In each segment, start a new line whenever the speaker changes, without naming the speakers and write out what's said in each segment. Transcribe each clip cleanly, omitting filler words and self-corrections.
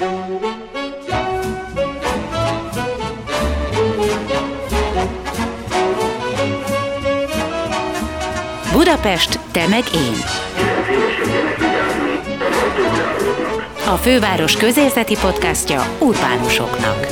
Budapest, te meg én. A főváros közérzeti podcastja urbánusoknak.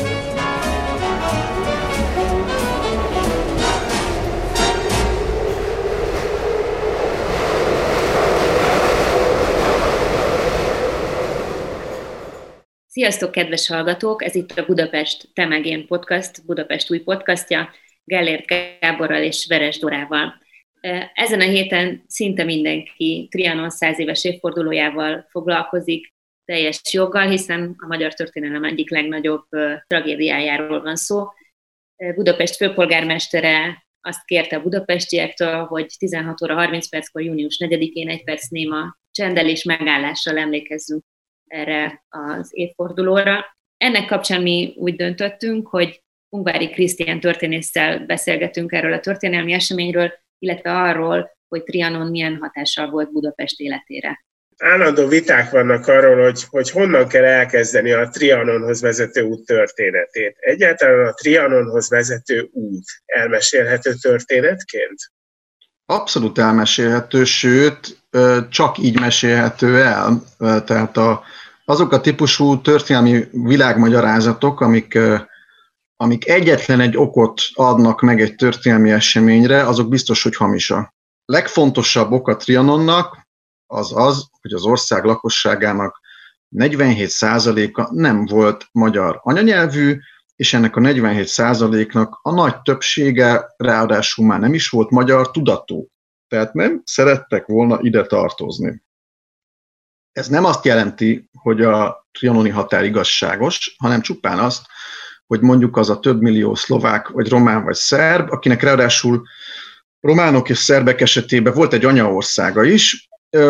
Sziasztok, kedves hallgatók! Ez itt a Budapest, te meg én podcast, Budapest új podcastja, Gellért Gáborral és Veres Dorával. Ezen a héten szinte mindenki Trianon 100 éves évfordulójával foglalkozik teljes joggal, hiszen a magyar történelem egyik legnagyobb tragédiájáról van szó. Budapest főpolgármestere azt kérte a budapestiektől, hogy 16 óra 30 perckor június 4-én 1 perc néma csenddel és megállással emlékezzünk erre az évfordulóra. Ennek kapcsán mi úgy döntöttünk, hogy Ungvári Krisztián történésszel beszélgetünk erről a történelmi eseményről, illetve arról, hogy Trianon milyen hatással volt Budapest életére.
Állandó viták vannak arról, hogy honnan kell elkezdeni a Trianonhoz vezető út történetét. Egyáltalán a Trianonhoz vezető út elmesélhető történetként?
Abszolút elmesélhető, sőt, csak így mesélhető el. Tehát azok a típusú történelmi világmagyarázatok, amik egyetlen egy okot adnak meg egy történelmi eseményre, azok biztos, hogy hamisak. Legfontosabb ok a Trianonnak az, hogy az ország lakosságának 47%-a nem volt magyar anyanyelvű, és ennek a 47%-nak a nagy többsége ráadásul már nem is volt magyar tudatú. Tehát nem szerettek volna ide tartozni. Ez nem azt jelenti, hogy a trianoni határ igazságos, hanem csupán azt, hogy mondjuk az a több millió szlovák, vagy román, vagy szerb, akinek ráadásul románok és szerbek esetében volt egy anyaországa is,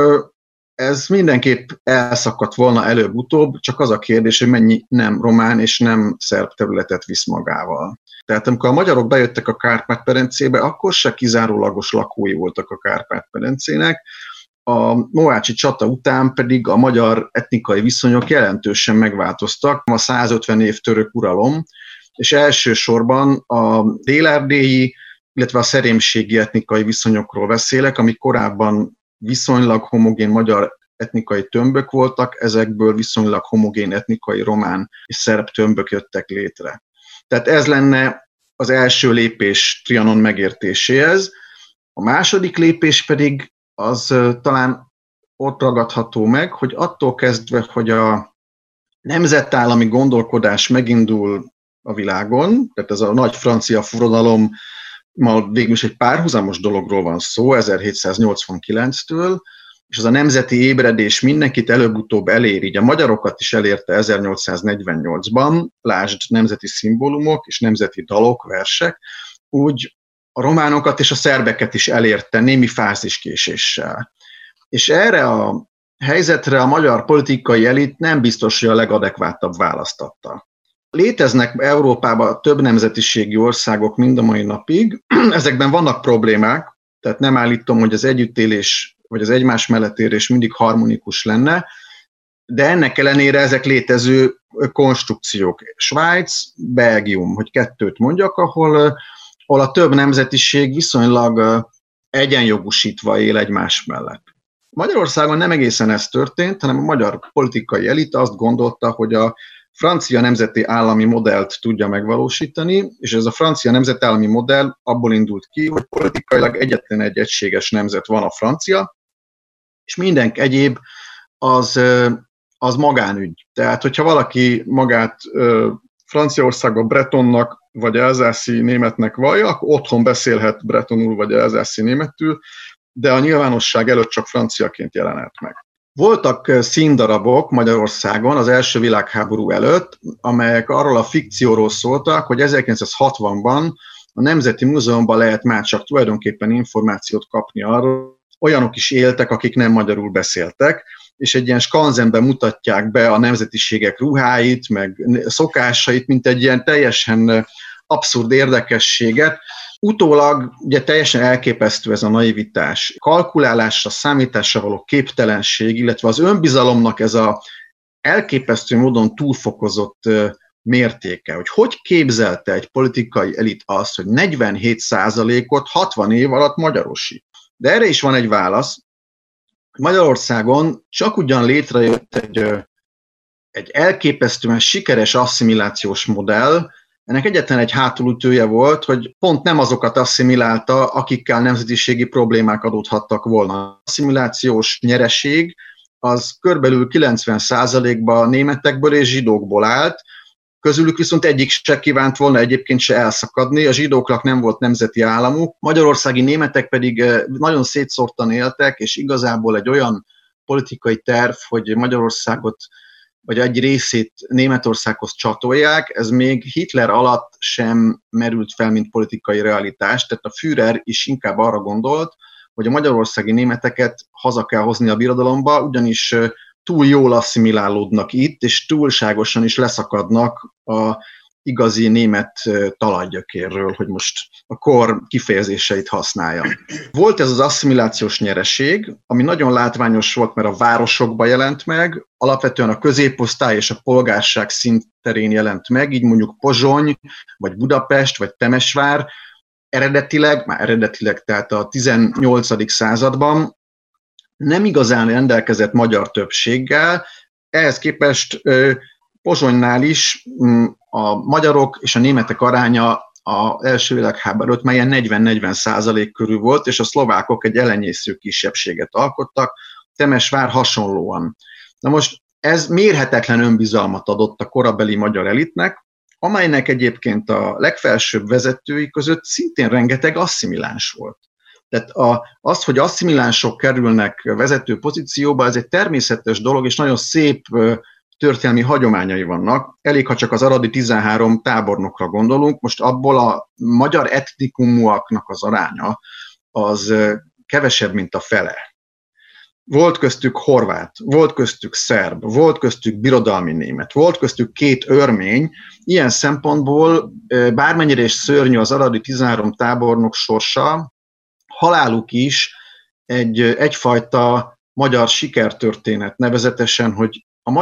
ez mindenképp elszakadt volna előbb-utóbb, csak az a kérdés, hogy mennyi nem román és nem szerb területet visz magával. Tehát amikor a magyarok bejöttek a Kárpát-medencébe, akkor se kizárólagos lakói voltak a Kárpát-medencének, a mohácsi csata után pedig a magyar etnikai viszonyok jelentősen megváltoztak, a 150 év török uralom, és elsősorban a dél-erdélyi, illetve a szerémségi etnikai viszonyokról beszélek, amik korábban viszonylag homogén magyar etnikai tömbök voltak, ezekből viszonylag homogén etnikai román és szerb tömbök jöttek létre. Tehát ez lenne az első lépés Trianon megértéséhez. A második lépés pedig az talán ott ragadható meg, hogy attól kezdve, hogy a nemzetállami gondolkodás megindul a világon, tehát ez a nagy francia forradalommal végül is egy párhuzamos dologról van szó 1789-től, és az a nemzeti ébredés mindenkit előbb-utóbb elér, így a magyarokat is elérte 1848-ban, lásd nemzeti szimbólumok és nemzeti dalok, versek, úgy a románokat és a szerbeket is elérte némi fáziskéséssel. És erre a helyzetre a magyar politikai elit nem biztos, hogy a legadekvátabb választ adta. Léteznek Európában több nemzetiségi országok mind a mai napig, ezekben vannak problémák, tehát nem állítom, hogy az együttélés vagy az egymás mellett érés mindig harmonikus lenne, de ennek ellenére ezek létező konstrukciók. Svájc, Belgium, hogy kettőt mondjak, ahol a több nemzetiség viszonylag egyenjogúsítva él egymás mellett. Magyarországon nem egészen ez történt, hanem a magyar politikai elit azt gondolta, hogy a francia nemzeti állami modellt tudja megvalósítani, és ez a francia nemzetállami modell abból indult ki, hogy politikailag egyetlen egy egységes nemzet van, a francia, és minden egyéb az magánügy. Tehát, hogyha valaki magát Franciaországban bretonnak vagy elzászi németnek vallja, akkor otthon beszélhet bretonul vagy elzászi németül, de a nyilvánosság előtt csak franciaként jelenhet meg. Voltak színdarabok Magyarországon az első világháború előtt, amelyek arról a fikcióról szóltak, hogy 1960-ban a Nemzeti Múzeumban lehet már csak tulajdonképpen információt kapni arról, olyanok is éltek, akik nem magyarul beszéltek, és egy ilyen skanzenben mutatják be a nemzetiségek ruháit, meg szokásait, mint egy ilyen teljesen abszurd érdekességet. Utólag ugye teljesen elképesztő ez a naivitás. Kalkulálásra, számításra való képtelenség, illetve az önbizalomnak ez a elképesztő módon túlfokozott mértéke, hogy képzelte egy politikai elit azt, hogy 47%-ot 60 év alatt magyarosít. De erre is van egy válasz. Magyarországon csak ugyan létrejött egy elképesztően sikeres asszimilációs modell, ennek egyetlen egy hátulütője volt, hogy pont nem azokat asszimilálta, akikkel nemzetiségi problémák adódhattak volna. Az asszimilációs nyereség az körülbelül 90%-ban németekből és zsidókból állt, közülük viszont egyik se kívánt volna egyébként se elszakadni, a zsidóknak nem volt nemzeti államuk, magyarországi németek pedig nagyon szétszórtan éltek, és igazából egy olyan politikai terv, hogy Magyarországot vagy egy részét Németországhoz csatolják, ez még Hitler alatt sem merült fel, mint politikai realitás, tehát a Führer is inkább arra gondolt, hogy a magyarországi németeket haza kell hozni a birodalomba, ugyanis túl jól asszimilálódnak itt, és túlságosan is leszakadnak a igazi német talajgyökérről, hogy most a kor kifejezéseit használja. Volt ez az asszimilációs nyereség, ami nagyon látványos volt, mert a városokban jelent meg, alapvetően a középosztály és a polgárság szintterén jelent meg, így mondjuk Pozsony, vagy Budapest, vagy Temesvár, eredetileg, tehát a 18. században nem igazán rendelkezett magyar többséggel, ehhez képest Pozsonynál is a magyarok és a németek aránya az első világháború előtt már ilyen 40-40% körül volt, és a szlovákok egy elenyésző kisebbséget alkottak, Temesvár hasonlóan. Na most ez mérhetetlen önbizalmat adott a korabeli magyar elitnek, amelynek egyébként a legfelsőbb vezetői között szintén rengeteg asszimiláns volt. Tehát az, hogy asszimilánsok kerülnek vezető pozícióba, ez egy természetes dolog, és nagyon szép történelmi hagyományai vannak. Elég, ha csak az aradi 13 tábornokra gondolunk, most abból a magyar etnikumúaknak az aránya az kevesebb, mint a fele. Volt köztük horvát, volt köztük szerb, volt köztük birodalmi német, volt köztük 2 örmény. Ilyen szempontból bármennyire is szörnyű az aradi 13 tábornok sorsa, haláluk is egyfajta magyar sikertörténet, nevezetesen, hogy a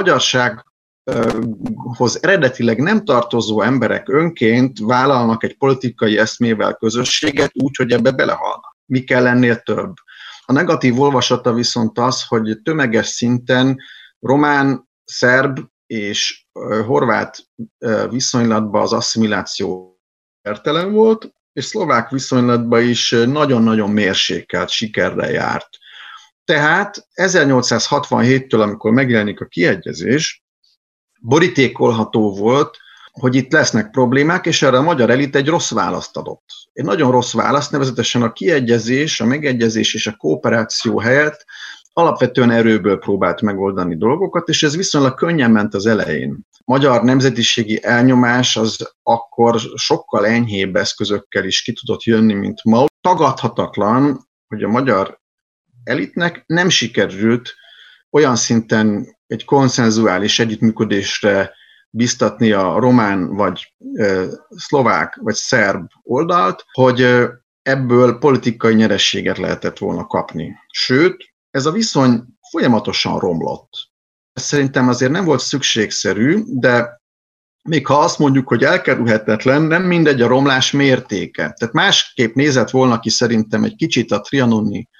magyarsághoz eredetileg nem tartozó emberek önként vállalnak egy politikai eszmével közösséget úgy, hogy ebbe belehalnak. Mi kell ennél több? A negatív olvasata viszont az, hogy tömeges szinten román, szerb és horvát viszonylatban az asszimiláció értelem volt, és szlovák viszonylatban is nagyon-nagyon mérsékelt sikerrel járt. Tehát 1867-től, amikor megjelenik a kiegyezés, borítékolható volt, hogy itt lesznek problémák, és erre a magyar elit egy rossz választ adott. Egy nagyon rossz választ, nevezetesen a kiegyezés, a megegyezés és a kooperáció helyett alapvetően erőből próbált megoldani dolgokat, és ez viszonylag könnyen ment az elején. Magyar nemzetiségi elnyomás az akkor sokkal enyhébb eszközökkel is ki tudott jönni, mint ma. Tagadhatatlan, hogy a magyar elitnek nem sikerült olyan szinten egy konszenzuális együttműködésre biztatni a román, vagy szlovák, vagy szerb oldalt, hogy ebből politikai nyerességet lehetett volna kapni. Sőt, ez a viszony folyamatosan romlott. Ez szerintem azért nem volt szükségszerű, de még ha azt mondjuk, hogy elkerülhetetlen, nem mindegy a romlás mértéke. Tehát másképp nézett volna ki szerintem egy kicsit a trianoni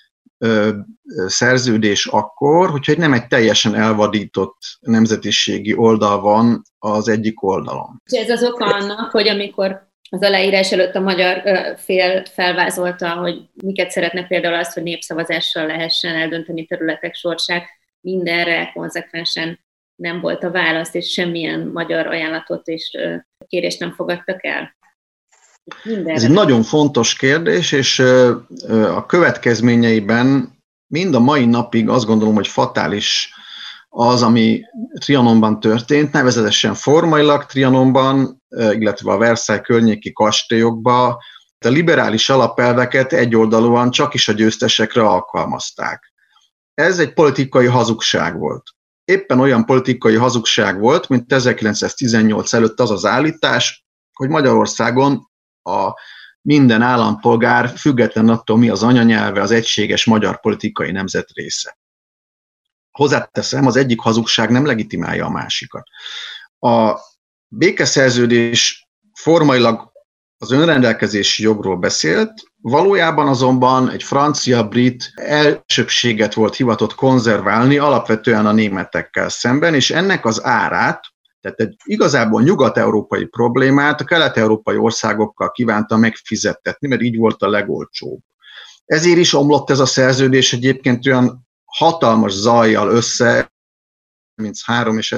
szerződés akkor, hogyha nem egy teljesen elvadított nemzetiségi oldal van az egyik oldalon.
Ez az oka annak, hogy amikor az aláírás előtt a magyar fél felvázolta, hogy miket szeretne, például azt, hogy népszavazással lehessen eldönteni területek sorsát, mindenre konzekvensen nem volt a válasz, és semmilyen magyar ajánlatot és kérést nem fogadtak el. Mindenre.
Ez egy nagyon fontos kérdés, és a következményeiben mind a mai napig azt gondolom, hogy fatális az, ami Trianonban történt, nevezetesen formailag Trianonban, illetve a Versailles környéki kastélyokban a liberális alapelveket egyoldalúan csak is a győztesekre alkalmazták. Ez egy politikai hazugság volt. Éppen olyan politikai hazugság volt, mint 1918 előtt az az állítás, hogy Magyarországon minden állampolgár, független attól, mi az anyanyelve, az egységes magyar politikai nemzet része. hozzáteszem, az egyik hazugság nem legitimálja a másikat. A békeszerződés formailag az önrendelkezési jogról beszélt, valójában azonban egy francia-brit elsőbbséget volt hivatott konzerválni, alapvetően a németekkel szemben, és ennek az árát, tehát egy igazából nyugat-európai problémát a kelet-európai országokkal kívánta megfizettetni, mert így volt a legolcsóbb. Ezért is omlott ez a szerződés egyébként olyan hatalmas zajjal össze, 1933 és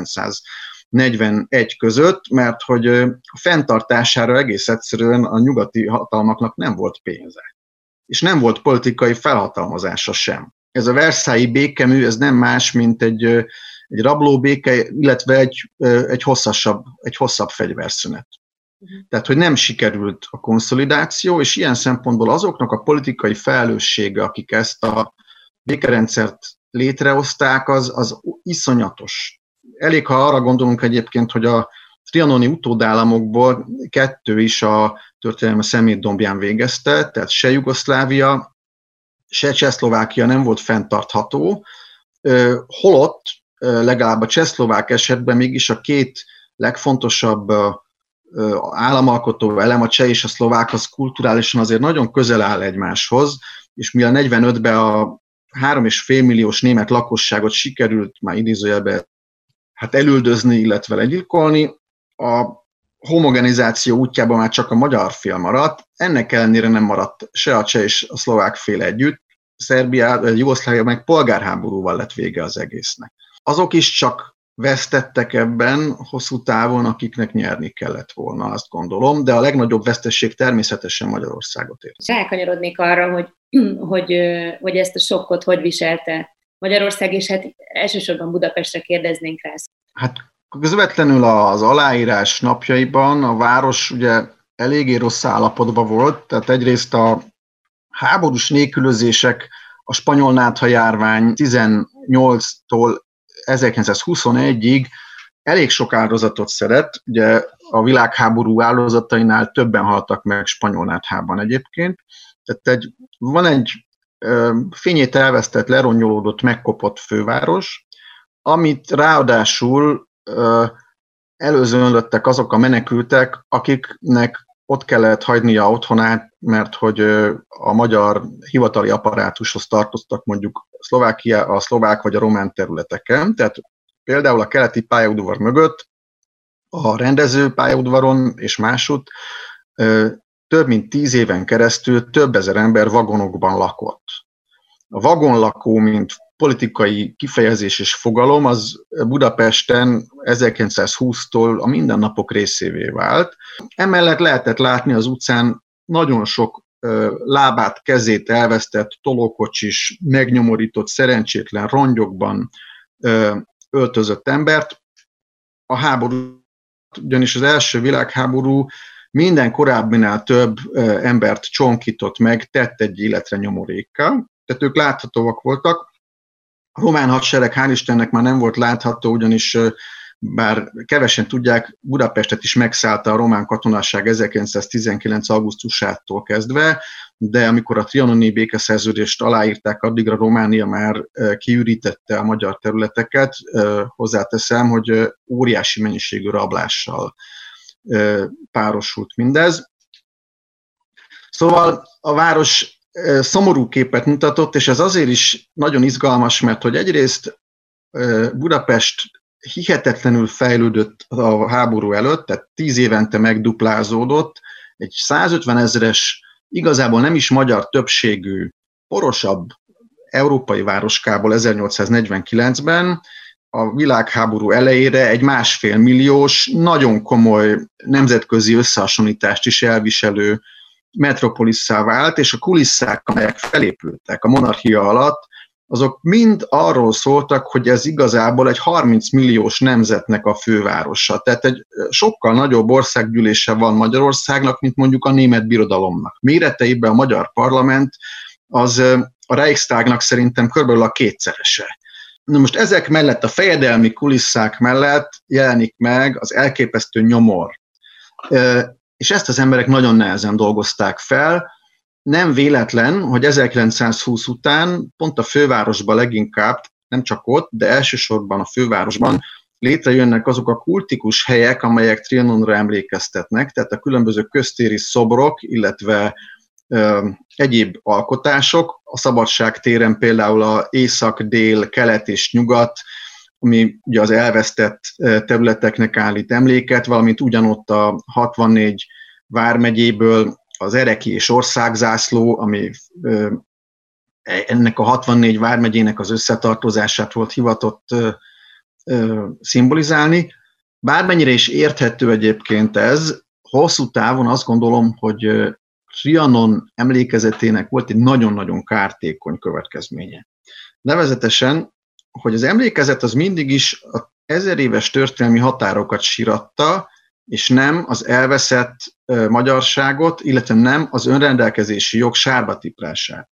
1941 között, mert hogy a fenntartására egész egyszerűen a nyugati hatalmaknak nem volt pénze. És nem volt politikai felhatalmazása sem. Ez a versailles békemű, ez nem más, mint egy rablóbéke, illetve egy hosszabb fegyverszünet. Tehát, hogy nem sikerült a konszolidáció, és ilyen szempontból azoknak a politikai felelőssége, akik ezt a békerendszert létrehozták, az iszonyatos. Elég, ha arra gondolunk egyébként, hogy a trianoni utódállamokból 2 is a történelme szemétdombján végezte, tehát se Jugoszlávia, se Csehszlovákia nem volt fenntartható, holott legalább a csehszlovák esetben mégis a 2 legfontosabb államalkotó elem, a cseh és a szlovák, az kulturálisan azért nagyon közel áll egymáshoz, és mivel 45-ben a 3,5 milliós német lakosságot sikerült már idézőjelben elüldözni, illetve legyilkolni, a homogenizáció útjában már csak a magyar fél maradt, ennek ellenére nem maradt se a cseh és a szlovák fél együtt, Jugoszlávia meg polgárháborúval lett vége az egésznek. Azok is csak vesztettek ebben hosszú távon, akiknek nyerni kellett volna, azt gondolom, de a legnagyobb vesztesség természetesen Magyarországot ért.
Rákanyarodnék arra, hogy ezt a sokkot hogy viselte Magyarország, és hát elsősorban Budapestre kérdeznénk rá.
Hát közvetlenül az aláírás napjaiban a város ugye eléggé rossz állapotban volt, tehát egyrészt a háborús nélkülözések, a spanyol nátha járvány 18-tól 1921-ig elég sok áldozatot szedett, ugye a világháború áldozatainál többen haltak meg spanyol náthában egyébként, tehát van egy fényét elvesztett, lerongolódott, megkopott főváros, amit ráadásul előzönlöttek azok a menekültek, akiknek ott kellett hagynia otthonát, mert hogy a magyar hivatali apparátushoz tartoztak mondjuk a szlovák vagy a román területeken. Tehát például a keleti pályaudvar mögött, a rendező pályaudvaron és másutt több mint 10 éven keresztül több ezer ember vagonokban lakott. A vagonlakó, mint politikai kifejezés és fogalom, az Budapesten 1920-tól a mindennapok részévé vált. Emellett lehetett látni az utcán nagyon sok lábát, kezét elvesztett, tolókocsis, megnyomorított, szerencsétlen rongyokban öltözött embert. A háború, ugyanis az első világháború minden korábbinál több embert csonkított meg, tett egy életre nyomorékkal, tehát ők láthatóak voltak. A román hadsereg hál' Istennek már nem volt látható, ugyanis bár kevesen tudják, Budapestet is megszállta a román katonaság 1919. augusztusától kezdve, de amikor a trianoni békeszerződést aláírták, addigra Románia már kiürítette a magyar területeket. Hozzáteszem, hogy óriási mennyiségű rablással párosult mindez. Szóval a város szomorú képet mutatott, és ez azért is nagyon izgalmas, mert hogy egyrészt Budapest hihetetlenül fejlődött a háború előtt, tehát 10 évente megduplázódott, egy 150 000-es, igazából nem is magyar többségű, porosabb európai városkából 1849-ben a világháború elejére egy 1,5 milliós, nagyon komoly nemzetközi összehasonlítást is elviselő metropolisszá vált, és a kulisszák, amelyek felépültek a monarchia alatt, azok mind arról szóltak, hogy ez igazából egy 30 milliós nemzetnek a fővárosa. Tehát egy sokkal nagyobb országgyűlése van Magyarországnak, mint mondjuk a német birodalomnak. Méreteiben a magyar parlament az a Reichstagnak szerintem körülbelül a 2-szerese. Na most ezek mellett, a fejedelmi kulisszák mellett jelenik meg az elképesztő nyomor. És ezt az emberek nagyon nehezen dolgozták fel. Nem véletlen, hogy 1920 után pont a fővárosban leginkább, nem csak ott, de elsősorban a fővárosban létrejönnek azok a kultikus helyek, amelyek Trianonra emlékeztetnek, tehát a különböző köztéri szobrok, illetve egyéb alkotások. A Szabadság téren például a észak, dél, kelet és nyugat, ami ugye az elvesztett területeknek állít emléket, valamint ugyanott a 64 vármegyéből az ereki és országzászló, ami ennek a 64 vármegyének az összetartozását volt hivatott szimbolizálni. Bármennyire is érthető egyébként ez, hosszú távon azt gondolom, hogy Trianon emlékezetének volt egy nagyon-nagyon kártékony következménye. Nevezetesen, hogy az emlékezet az mindig is az 1000 éves történelmi határokat síratta, és nem az elveszett magyarságot, illetve nem az önrendelkezési jog sárba tiprását.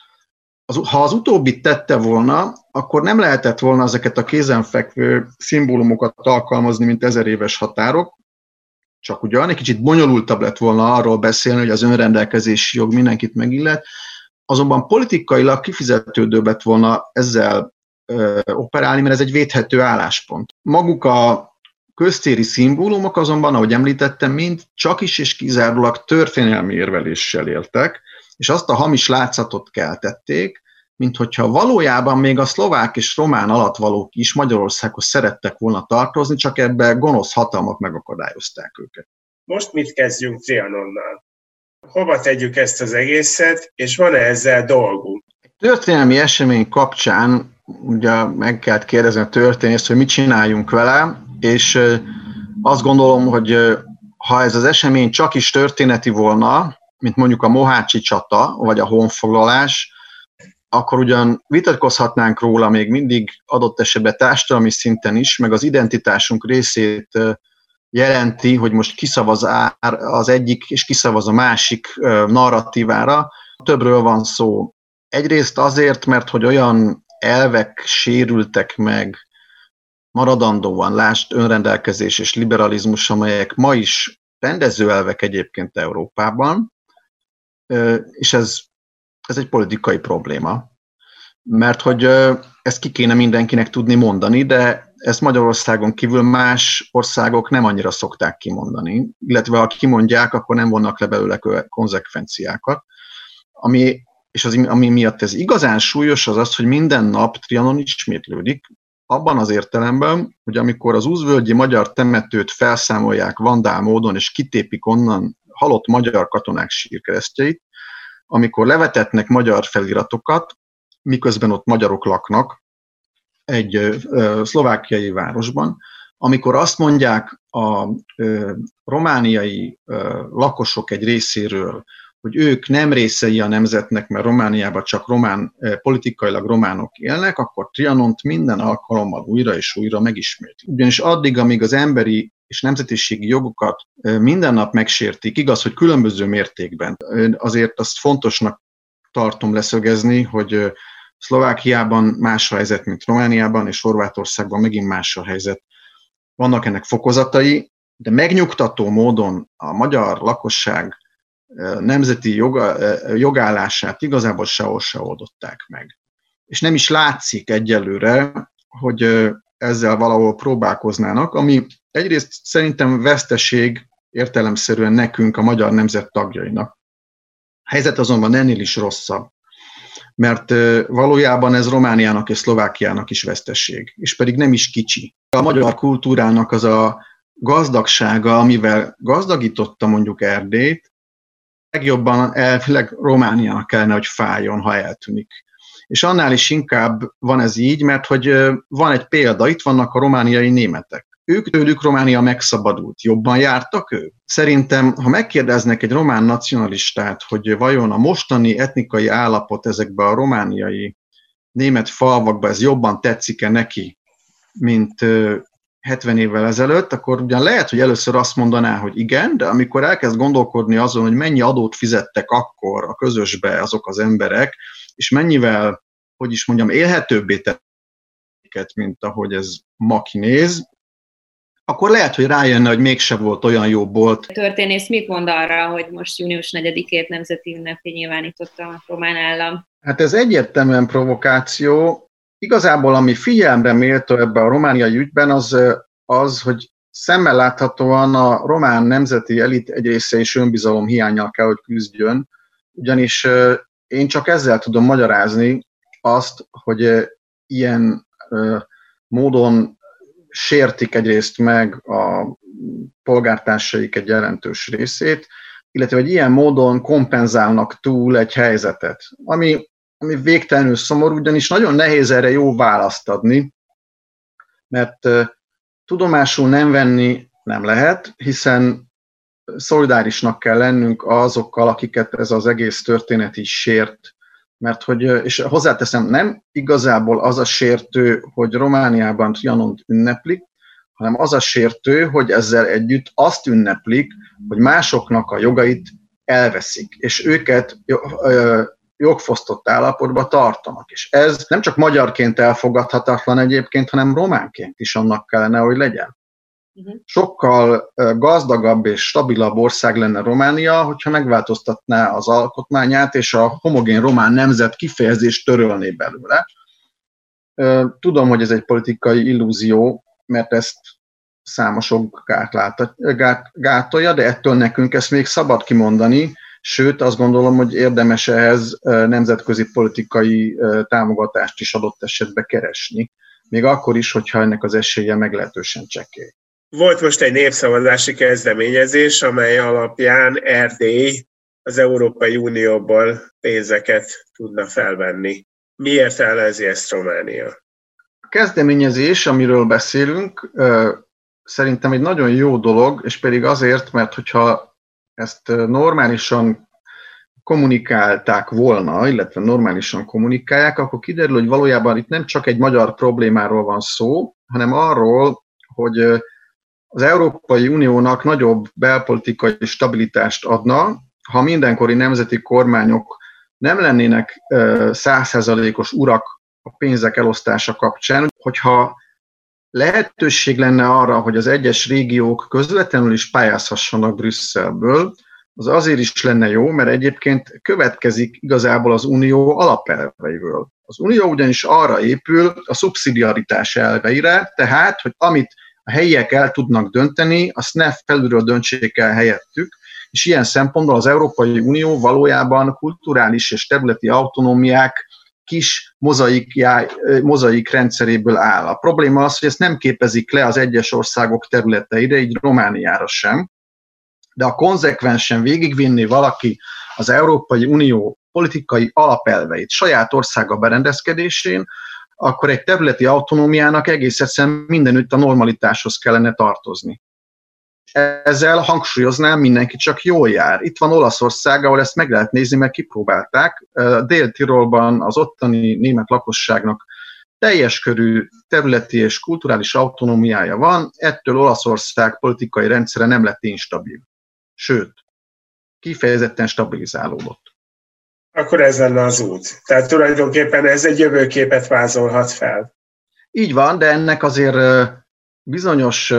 Ha az utóbbit tette volna, akkor nem lehetett volna ezeket a kézenfekvő szimbólumokat alkalmazni, mint 1000 éves határok, csak ugyan egy kicsit bonyolultabb lett volna arról beszélni, hogy az önrendelkezési jog mindenkit megillet, azonban politikailag kifizetődőbb lett volna ezzel operálni, mert ez egy védhető álláspont. Maguk a köztéri szimbólumok azonban, ahogy említettem, mind csak is és kizárólag történelmi érveléssel éltek, és azt a hamis látszatot keltették, mint hogyha valójában még a szlovák és román alattvalók is Magyarországhoz szerettek volna tartozni, csak ebbe gonosz hatalmak megakadályozták őket.
Most mit kezdjünk Trianonnal? Hova tegyük ezt az egészet, és van-e ezzel dolgunk?
Történelmi esemény kapcsán ugye meg kell kérdezni a történészt, hogy mit csináljunk vele, és azt gondolom, hogy ha ez az esemény csak is történeti volna, mint mondjuk a mohácsi csata, vagy a honfoglalás, akkor ugyan vitatkozhatnánk róla még mindig adott esetben társadalmi szinten is, meg az identitásunk részét jelenti, hogy most kiszavaz az egyik, és kiszavaz a másik narratívára. Többről van szó. Egyrészt azért, mert hogy olyan elvek sérültek meg maradandóan, lásd önrendelkezés és liberalizmus, amelyek ma is rendező elvek egyébként Európában, és ez egy politikai probléma, mert hogy ezt ki kéne mindenkinek tudni mondani, de ezt Magyarországon kívül más országok nem annyira szokták kimondani, illetve ha kimondják, akkor nem vonnak le belőle konzekvenciákat. Ami miatt ez igazán súlyos, az az, hogy minden nap Trianon ismétlődik, abban az értelemben, hogy amikor az Újvölgyi magyar temetőt felszámolják vandál módon, és kitépik onnan halott magyar katonák sírkeresztjeit, amikor levetetnek magyar feliratokat, miközben ott magyarok laknak egy szlovákiai városban, amikor azt mondják a romániai lakosok egy részéről, hogy ők nem részei a nemzetnek, mert Romániában csak politikailag románok élnek, akkor Trianont minden alkalommal újra és újra megismétli. Ugyanis addig, amíg az emberi és nemzetiségi jogokat minden nap megsértik, igaz, hogy különböző mértékben. Azért azt fontosnak tartom leszögezni, hogy Szlovákiában más a helyzet, mint Romániában, és Horvátországban megint más a helyzet. Vannak ennek fokozatai, de megnyugtató módon a magyar lakosság nemzeti jogállását igazából sehol se oldották meg. És nem is látszik egyelőre, hogy ezzel valahol próbálkoznának, ami egyrészt szerintem veszteség értelemszerűen nekünk, a magyar nemzet tagjainak. A helyzet azonban ennél is rosszabb, mert valójában ez Romániának és Szlovákiának is veszteség, és pedig nem is kicsi. A magyar kultúrának az a gazdagsága, amivel gazdagította mondjuk Erdélyt, legjobban elvileg Romániának kellene, hogy fájjon, ha eltűnik. És annál is inkább van ez így, mert hogy van egy példa, itt vannak a romániai németek. Tőlük Románia megszabadult. Jobban jártak ők? Szerintem, ha megkérdeznek egy román nacionalistát, hogy vajon a mostani etnikai állapot ezekben a romániai német falvakban ez jobban tetszik-e neki, mint 70 évvel ezelőtt, akkor ugyan lehet, hogy először azt mondaná, hogy igen, de amikor elkezd gondolkodni azon, hogy mennyi adót fizettek akkor a közösbe azok az emberek, és mennyivel, hogy is mondjam, élhetőbbé tették, mint ahogy ez ma kinéz, akkor lehet, hogy rájönne, hogy mégse volt olyan jó bolt.
A történész mit mond arra, hogy most június 4-ét nemzeti ünnepé nyilvánította a román állam?
Hát ez egyértelműen provokáció, Igazából ami figyelemre méltó ebben a romániai ügyben az, hogy szemmel láthatóan a román nemzeti elit egy része is önbizalom hiánnyal kell, hogy küzdjön, ugyanis én csak ezzel tudom magyarázni azt, hogy ilyen módon sértik egyrészt meg a polgártársaik egy jelentős részét, illetve egy ilyen módon kompenzálnak túl egy helyzetet, ami végtelenül szomorú, ugyanis nagyon nehéz erre jó választ adni, mert tudomásul nem venni nem lehet, hiszen szolidárisnak kell lennünk azokkal, akiket ez az egész történet is sért, mert hogy, és hozzáteszem, nem igazából az a sértő, hogy Romániában Trianont ünneplik, hanem az a sértő, hogy ezzel együtt azt ünneplik, hogy másoknak a jogait elveszik, és őket jogfosztott állapotba tartanak. És ez nem csak magyarként elfogadhatatlan egyébként, hanem románként is annak kellene, hogy legyen. Sokkal gazdagabb és stabilabb ország lenne Románia, hogyha megváltoztatná az alkotmányát, és a homogén román nemzet kifejezést törölné belőle. Tudom, hogy ez egy politikai illúzió, mert ezt számosok gátolja, de ettől nekünk ezt még szabad kimondani, sőt, azt gondolom, hogy érdemes ehhez nemzetközi politikai támogatást is adott esetben keresni, még akkor is, hogyha ennek az esélye meglehetősen csekély.
Volt most egy népszavazási kezdeményezés, amely alapján Erdély az Európai Unióból pénzeket tudna felvenni. Miért ellenzi ezt Románia?
A kezdeményezés, amiről beszélünk, szerintem egy nagyon jó dolog, és pedig azért, mert hogyha ezt normálisan kommunikálták volna, illetve normálisan kommunikálják, akkor kiderül, hogy valójában itt nem csak egy magyar problémáról van szó, hanem arról, hogy az Európai Uniónak nagyobb belpolitikai stabilitást adna, ha mindenkori nemzeti kormányok nem lennének 100%-os urak a pénzek elosztása kapcsán, hogyha lehetőség lenne arra, hogy az egyes régiók közvetlenül is pályázhassanak Brüsszelből, az azért is lenne jó, mert egyébként következik igazából az unió alapelveiből. Az unió ugyanis arra épül a szubszidiaritás elveire, tehát, hogy amit a helyiek el tudnak dönteni, azt ne felülről döntsék el helyettük, és ilyen szempontból az Európai Unió valójában kulturális és területi autonómiák kis mozaik rendszeréből áll. A probléma az, hogy ezt nem képezik le az egyes országok területeire, így Romániára sem, de ha konzekvensen végigvinni valaki az Európai Unió politikai alapelveit saját országa berendezkedésén, akkor egy területi autonómiának egész egyszerűen mindenütt a normalitáshoz kellene tartozni. Ezzel hangsúlyoznám, mindenki csak jól jár. Itt van Olaszország, ahol ezt meg lehet nézni, mert kipróbálták. Dél-Tirolban az ottani német lakosságnak teljes körű területi és kulturális autonómiája van, ettől Olaszország politikai rendszere nem lett instabil. Sőt, kifejezetten stabilizálódott.
Akkor ez lenne az út. Tehát tulajdonképpen ez egy jövőképet vázolhat fel.
Így van, de ennek azért bizonyos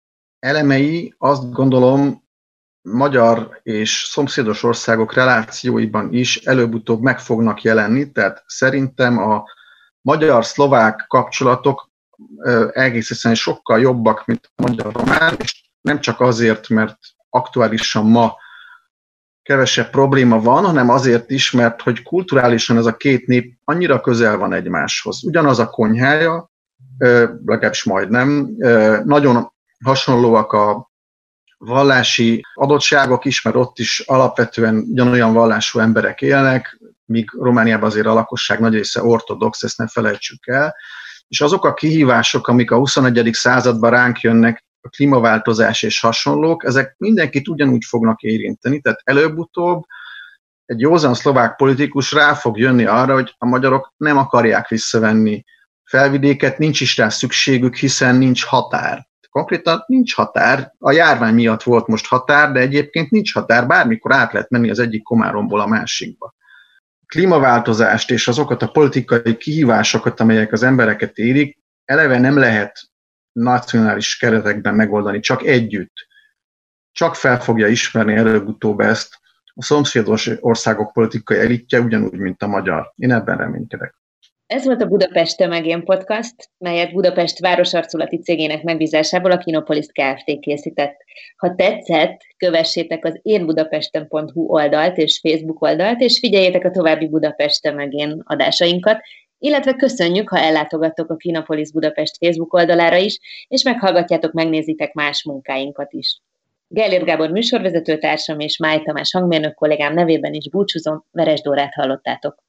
elemei, azt gondolom, magyar és szomszédos országok relációiban is előbb-utóbb meg fognak jelenni, tehát szerintem a magyar-szlovák kapcsolatok egész egyszerűen sokkal jobbak, mint a magyar-román, és nem csak azért, mert aktuálisan ma kevesebb probléma van, hanem azért is, mert hogy kulturálisan ez a két nép annyira közel van egymáshoz. Ugyanaz a konyhája, legalábbis majdnem, nagyon hasonlóak a vallási adottságok is, mert ott is alapvetően ugyanolyan vallású emberek élnek, míg Romániában azért a lakosság nagy része ortodox, ezt ne felejtsük el. És azok a kihívások, amik a 21. században ránk jönnek, a klímaváltozás és hasonlók, ezek mindenkit ugyanúgy fognak érinteni, tehát előbb-utóbb egy józan szlovák politikus rá fog jönni arra, hogy a magyarok nem akarják visszavenni Felvidéket, nincs is rá szükségük, hiszen nincs határ. Konkrétan nincs határ, a járvány miatt volt most határ, de egyébként nincs határ, bármikor át lehet menni az egyik Komáromból a másikba. A klímaváltozást és azokat a politikai kihívásokat, amelyek az embereket érik, eleve nem lehet nacionális keretekben megoldani, csak együtt. Csak fel fogja ismerni előbb-utóbb ezt a szomszédos országok politikai elitje, ugyanúgy, mint a magyar. Én ebben reménykedek.
Ez volt a Budapest Tömegén podcast, melyet Budapest városarculati cégének megbízásából a Kinopolis Kft. Készített. Ha tetszett, kövessétek az énbudapesten.hu oldalt és Facebook oldalt, és figyeljétek a további Budapest Tömegén adásainkat, illetve köszönjük, ha ellátogattok a Kinopolis Budapest Facebook oldalára is, és meghallgatjátok, megnézitek más munkáinkat is. Gellért Gábor műsorvezetőtársam és Máj Tamás hangmérnök kollégám nevében is búcsúzom, Veres Dórát hallottátok.